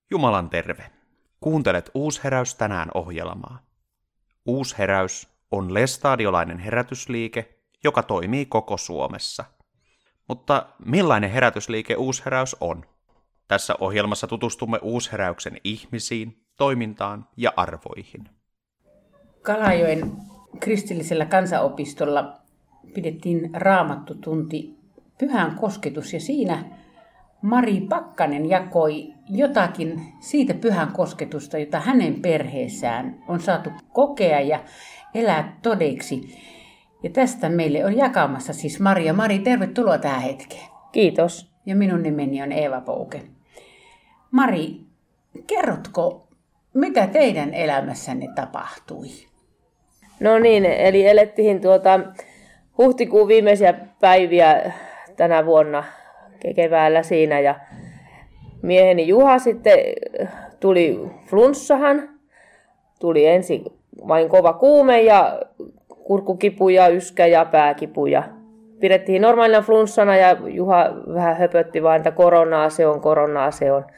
Jumalan terve. Kuuntelet Uusheräys tänään -ohjelmaa. Uusheräys on lestadiolainen herätysliike, joka toimii koko Suomessa. Mutta millainen herätysliike Uusheräys on? Tässä ohjelmassa tutustumme Uusheräyksen ihmisiin, toimintaan ja arvoihin. Kalajoen kristillisellä kansanopistolla pidettiin raamattutunti Pyhän kosketus ja siinä Mari Pakkanen jakoi jotakin siitä pyhän kosketusta, jota hänen perheessään on saatu kokea ja elää todeksi. Ja tästä meille on jakamassa siis Maria. Mari, tervetuloa tähän hetkeen. Kiitos. Ja minun nimeni on Eeva Pouke. Mari, kerrotko, mitä teidän elämässänne tapahtui? No niin, eli elettiin huhtikuun viimeisiä päiviä tänä vuonna keväällä siinä ja mieheni Juha sitten tuli flunssahan. Tuli ensin vain kova kuume ja kurkkukipuja, yskä ja pääkipuja. Pidettiin normaalina flunssana ja Juha vähän höpötti vain, että koronaa se on.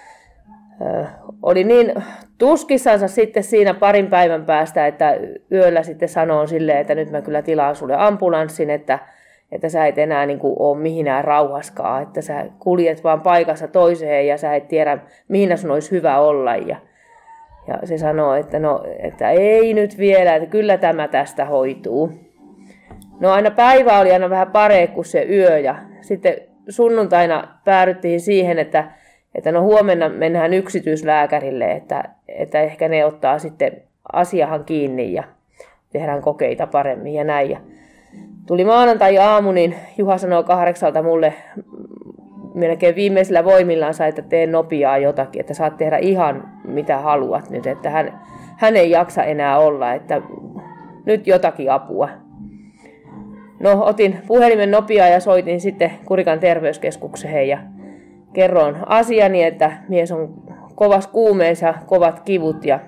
Oli niin tuskissansa sitten siinä parin päivän päästä, että yöllä sitten sanoo silleen, että nyt mä kyllä tilaan sulle ambulanssin, että sä et enää ole mihinään rauhaskaan, että sä kuljet vaan paikassa toiseen ja sä et tiedä, mihin sun olisi hyvä olla. Ja se sanoo, että ei nyt vielä, että kyllä tämä tästä hoituu. No aina päivä oli aina vähän parempi kuin se yö ja sitten sunnuntaina päädyttiin siihen, että huomenna mennään yksityislääkärille, että ehkä ne ottaa sitten asiahan kiinni ja tehdään kokeita paremmin ja näin. Ja tuli maanantai-aamu, niin Juha sanoi 8 mulle melkein viimeisillä voimillaan, että tee nopeaa jotakin, että saat tehdä ihan mitä haluat nyt, että hän ei jaksa enää olla, että nyt jotakin apua. No otin puhelimen nopeaa ja soitin sitten Kurikan terveyskeskukseen ja kerroin asiani, että mies on kovassa kuumeessa ja kovat kivut ja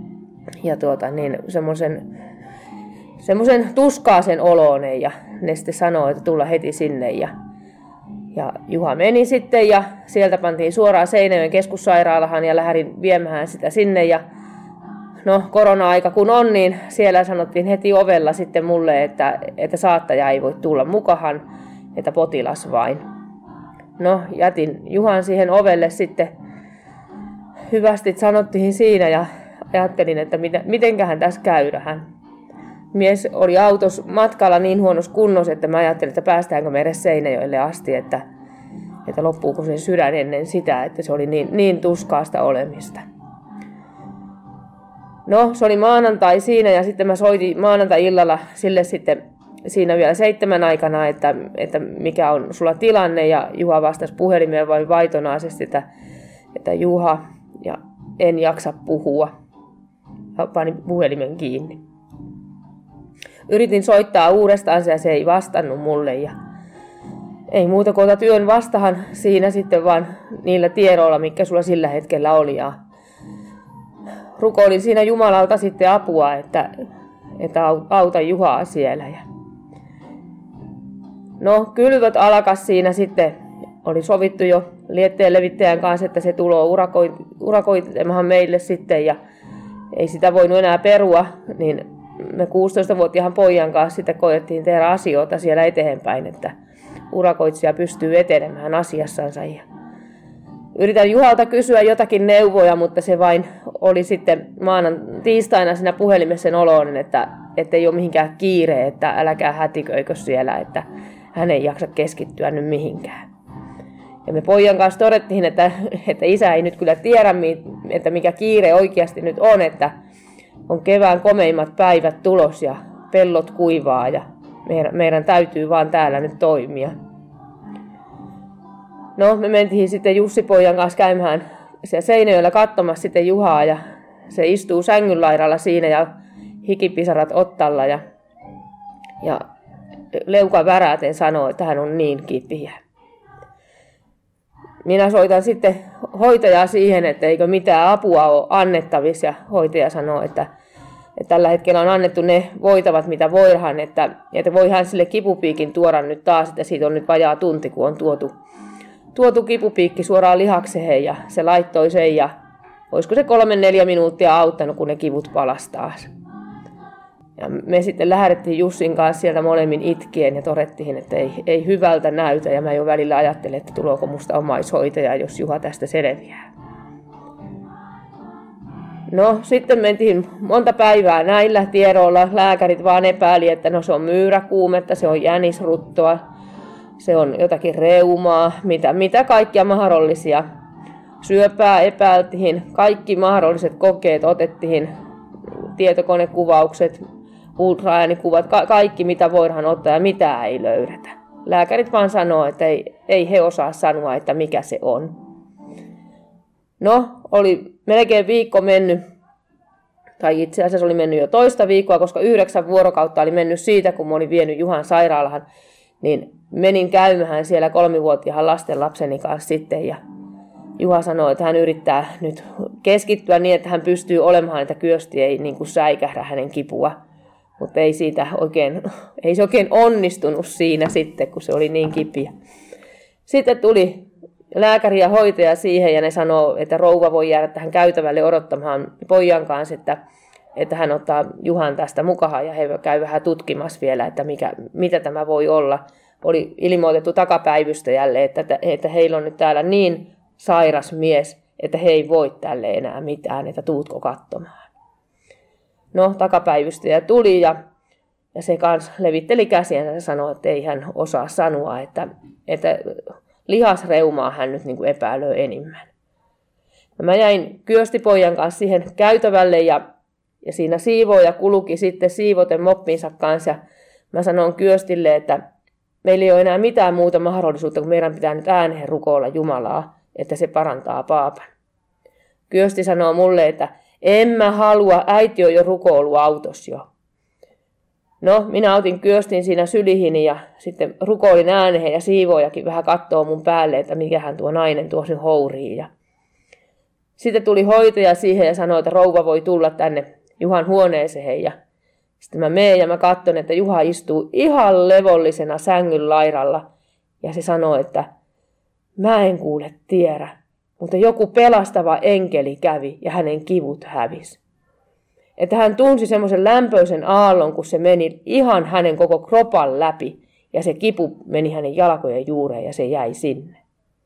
semmoisen tuskaasen oloon ja ne sitten sanoo, että tulla heti sinne ja Juha meni sitten ja sieltä pantiin suoraan Seinäjoen keskussairaalahan ja lähdin viemään sitä sinne ja no korona-aika kun on, niin siellä sanottiin heti ovella sitten mulle, että saattaja ei voi tulla mukahan, että potilas vain. No jätin Juhan siihen ovelle sitten hyvästi sanottiin siinä ja ajattelin, että mitenköhän tässä käydään. Mies oli autossa matkalla niin huonossa kunnossa, että mä ajattelin, että päästäänkö me edes Seinäjoelle asti, että loppuuko sen sydän ennen sitä, että se oli niin tuskaasta olemista. No, se oli maanantai siinä ja sitten mä soitin maanantai-illalla sille sitten siinä vielä 7 aikana, että mikä on sulla tilanne ja Juha vastasi puhelimeen vain vaitonaisesti, että Juha ja en jaksa puhua. Panin puhelimen kiinni. Yritin soittaa uudestaan ja se ei vastannut mulle ja ei muuta kuin otat yön vastahan siinä sitten vaan niillä tiedoilla, mitkä sulla sillä hetkellä oli. Ja rukoilin siinä Jumalalta sitten apua, että auta Juhaa siellä. No kylvöt alkas siinä sitten, oli sovittu jo lietteen levittäjän kanssa, että se tulee urakoimaan meille sitten ja ei sitä voinut enää perua, niin me 16-vuotiaan pojan kanssa sitten koettiin tehdä asioita siellä eteenpäin, että urakoitsija pystyy etenemään asiassansa. Ja yritän Juhalta kysyä jotakin neuvoja, mutta se vain oli sitten tiistaina siinä puhelimessa sen oloinen, että ei ole mihinkään kiire, että äläkää hätiköikö siellä, että hän ei jaksa keskittyä nyt mihinkään. Ja me pojan kanssa todettiin, että isä ei nyt kyllä tiedä, että mikä kiire oikeasti nyt on, että on kevään komeimmat päivät tulos ja pellot kuivaa ja meidän täytyy vaan täällä nyt toimia. No, me mentiin sitten Jussi pojan kanssa käymään siellä Seinäjoella katsomassa sitten Juhaa ja se istuu sängyn laidalla siinä ja hikipisarat ottalla ja leuka väräten sanoo, että hän on niin kipeä. Minä soitan sitten hoitajaa siihen, että eikö mitään apua ole annettavissa ja hoitaja sanoo, että tällä hetkellä on annettu ne voitavat, mitä voidaan, että voi hän sille kipupiikin tuoda nyt taas, että siitä on nyt vajaa tunti, kun on tuotu kipupiikki suoraan lihakseen ja se laittoi sen ja olisiko se 3-4 minuuttia auttanut, kun ne kivut palasi taas. Ja me sitten lähdettiin Jussin kanssa sieltä molemmin itkien ja todettiin, että ei hyvältä näytä. Ja mä jo välillä ajattelin, että tuloako musta omaishoitaja, jos Juha tästä selviää. No sitten mentiin monta päivää näillä tiedoilla. Lääkärit vaan epäili, että no se on myyräkuumetta, se on jänisruttoa, se on jotakin reumaa, mitä kaikkia mahdollisia. Syöpää epäiltiin, kaikki mahdolliset kokeet otettiin, tietokonekuvaukset, ultraäänikuvat, kaikki mitä voidaan ottaa ja mitä ei löydetä. Lääkärit vaan sanoo, että ei he osaa sanoa, että mikä se on. No, oli melkein viikko mennyt, tai itse asiassa oli mennyt jo toista viikkoa, koska 9 vuorokautta oli mennyt siitä, kun mä olin vienyt Juhan sairaalahan, niin menin käymään siellä 3-vuotiaan lastenlapseni kanssa sitten ja Juha sanoi, että hän yrittää nyt keskittyä niin, että hän pystyy olemaan, että Kyösti ei niin kuin säikähdä hänen kipua. Mutta ei se oikein onnistunut siinä sitten, kun se oli niin kipiä. Sitten tuli lääkäri ja hoitaja siihen ja ne sanoo, että rouva voi jäädä tähän käytävälle odottamaan pojan kanssa, että hän ottaa Juhan tästä mukaan ja he käy vähän tutkimassa vielä, että mitä tämä voi olla. Oli ilmoitettu takapäivystäjälle, että heillä on nyt täällä niin sairas mies, että he ei voi tälle enää mitään, että tuutko katsomaan. No, takapäivystäjä tuli ja se kanssa levitteli käsiänsä ja sanoi, että ei hän osaa sanoa, että lihasreumaa hän nyt niin kuin epäilöi enimmän. Ja mä jäin Kyösti-pojan kanssa siihen käytävälle ja siinä siivooja kuluki sitten siivoten moppinsa kanssa. Ja mä sanoin Kyöstille, että meillä ei ole enää mitään muuta mahdollisuutta, kun meidän pitää nyt ääneen rukoilla Jumalaa, että se parantaa paapan. Kyösti sanoo mulle, että en mä halua, äiti on jo rukoillut autossa jo. No, minä otin Kyöstin siinä sylihini ja sitten rukoilin ääneen ja siivoojakin vähän kattoo mun päälle, että mikähän tuo nainen tuosi houriin. Ja sitten tuli hoitaja siihen ja sanoi, että rouva voi tulla tänne Juhan huoneeseen. Ja sitten mä menen ja mä katson, että Juha istuu ihan levollisena sängyn lairalla. Ja se sanoi, että mä en kuule tiedä, mutta joku pelastava enkeli kävi ja hänen kivut hävisi. Että hän tunsi semmoisen lämpöisen aallon, kun se meni ihan hänen koko kropan läpi ja se kipu meni hänen jalkojen juureen ja se jäi sinne.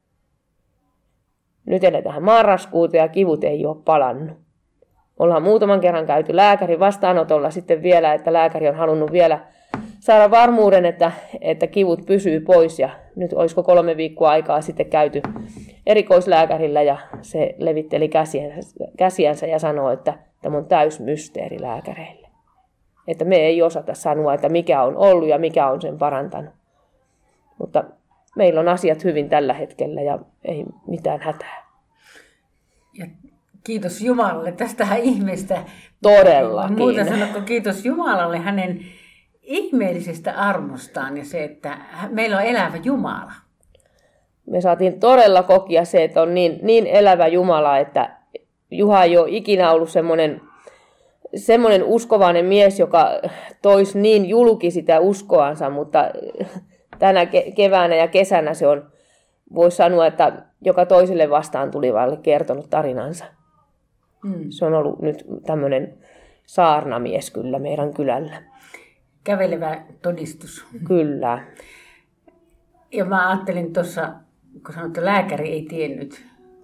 Nyt eletään marraskuuta ja kivut ei ole palannut. Ollaan muutaman kerran käyty lääkärin vastaanotolla sitten vielä, että lääkäri on halunnut vielä saada varmuuden, että kivut pysyy pois. Ja nyt olisiko 3 viikkoa aikaa sitten käyty erikoislääkärillä ja se levitteli käsiänsä ja sanoi, että tämä on täys mysteeri lääkäreille. Että me ei osata sanoa, että mikä on ollut ja mikä on sen parantanut. Mutta meillä on asiat hyvin tällä hetkellä ja ei mitään hätää. Ja kiitos Jumalalle tästä ihmeestä. Todellakin. Muuta sanotko kiitos Jumalalle hänen ihmeellisestä armostaan ja se, että meillä on elävä Jumala. Me saatiin todella kokia se, että on niin elävä Jumala, että Juha ei ole ikinä ollut semmoinen uskovainen mies, joka toisi niin julki sitä uskoansa, mutta tänä keväänä ja kesänä se on, voisi sanoa, että joka toiselle vastaan tulivalle kertonut tarinansa. Se on ollut nyt tämmöinen saarnamies kyllä meidän kylällä. Kävelevä todistus. Kyllä. Ja mä ajattelin tuossa, kun sanoit, että lääkäri ei tiennyt,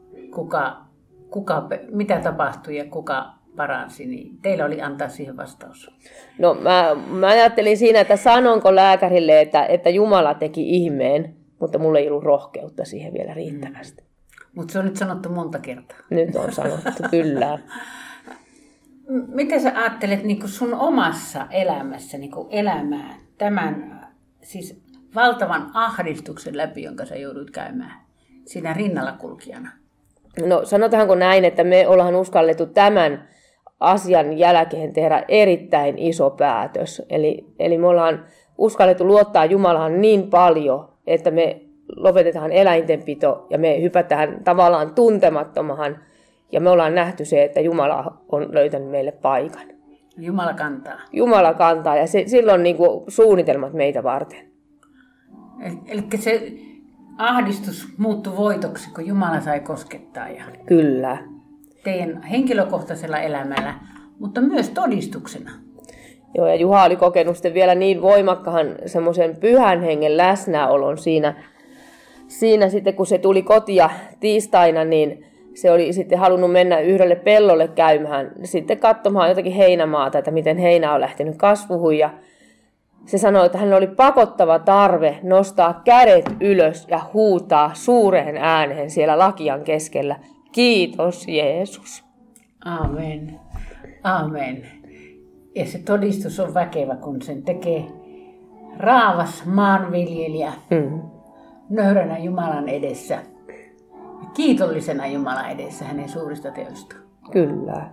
mitä tapahtui ja kuka paransi, niin teillä oli antaa siihen vastaus. No mä ajattelin siinä, että sanonko lääkärille, että Jumala teki ihmeen, mutta mulla ei ollut rohkeutta siihen vielä riittävästi. Mutta se on nyt sanottu monta kertaa. Nyt on sanottu, kyllä. Mitä sä ajattelet niin kuin sun omassa elämässä niin kuin elämään tämän siis valtavan ahdistuksen läpi, jonka sä joudut käymään siinä rinnalla kulkijana? No sanotaanko näin, että me ollaan uskallettu tämän asian jälkeen tehdä erittäin iso päätös. Eli me ollaan uskallettu luottaa Jumalaan niin paljon, että me lopetetaan eläintenpito ja me hypätään tavallaan tuntemattomahan. Ja me ollaan nähty se, että Jumala on löytänyt meille paikan. Jumala kantaa. Jumala kantaa ja silloin niin kuin suunnitelmat meitä varten. Eli se ahdistus muuttui voitoksi, kun Jumala sai koskettaa ja Kyllä. teidän henkilökohtaisella elämällä, mutta myös todistuksena. Joo, ja Juha oli kokenut sitten vielä niin voimakkaan semmoisen pyhän hengen läsnäolon siinä sitten, kun se tuli kotia tiistaina, niin se oli sitten halunnut mennä yhdelle pellolle käymään, sitten katsomaan jotakin heinämaata, että miten heinä on lähtenyt kasvuun. Ja se sanoi, että hänellä oli pakottava tarve nostaa kädet ylös ja huutaa suureen ääneen siellä lakian keskellä. Kiitos Jeesus. Amen. Amen. Ja se todistus on väkevä, kun sen tekee raavas maanviljelijä nöyränä Jumalan edessä. Ja kiitollisena Jumalan edessä hänen suurista teoistaan. Kyllä.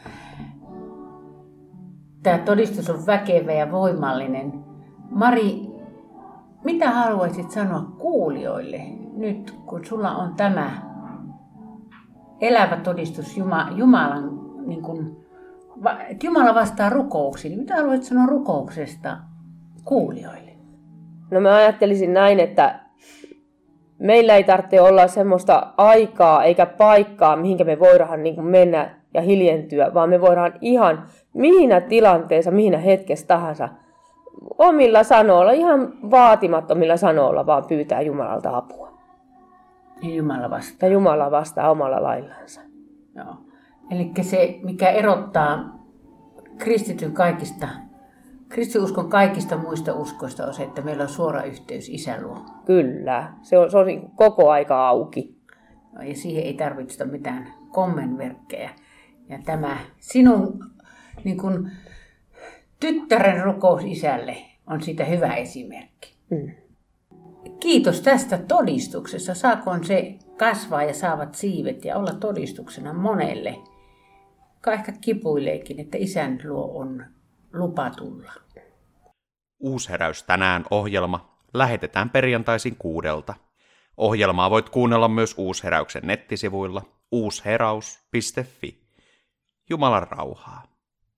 Tämä todistus on väkevä ja voimallinen. Mari, mitä haluaisit sanoa kuulijoille nyt, kun sulla on tämä elävä todistus Jumalan, niin kuin, että Jumala vastaa rukouksiin. Mitä haluaisit sanoa rukouksesta kuulijoille? No mä ajattelisin näin, että meillä ei tarvitse olla semmoista aikaa eikä paikkaa, mihinkä me voidaan niin kuin mennä ja hiljentyä, vaan me voidaan ihan mihinä tilanteessa, mihinä hetkessä tahansa omilla sanoilla, ihan vaatimattomilla sanoilla vaan pyytää Jumalalta apua. Ja Jumala vastaa. Ja Jumala vastaa omalla laillansa. Joo. Eli se, mikä erottaa kristinuskon kaikista muista uskoista, on se, että meillä on suora yhteys Isän luo. Kyllä, se on niin koko aika auki. No, ja siihen ei tarvitse mitään kommenverkkejä. Ja tämä sinun niin kun, tyttären rukous Isälle on siitä hyvä esimerkki. Kiitos tästä todistuksesta. Saakoon se kasvaa ja saavat siivet ja olla todistuksena monelle, joka ehkä kipuileekin, että Isän luo on lupa tulla. Uusheräys tänään -ohjelma lähetetään perjantaisin 6. Ohjelmaa voit kuunnella myös Uusheräyksen nettisivuilla uusheraus.fi. Jumalan rauhaa.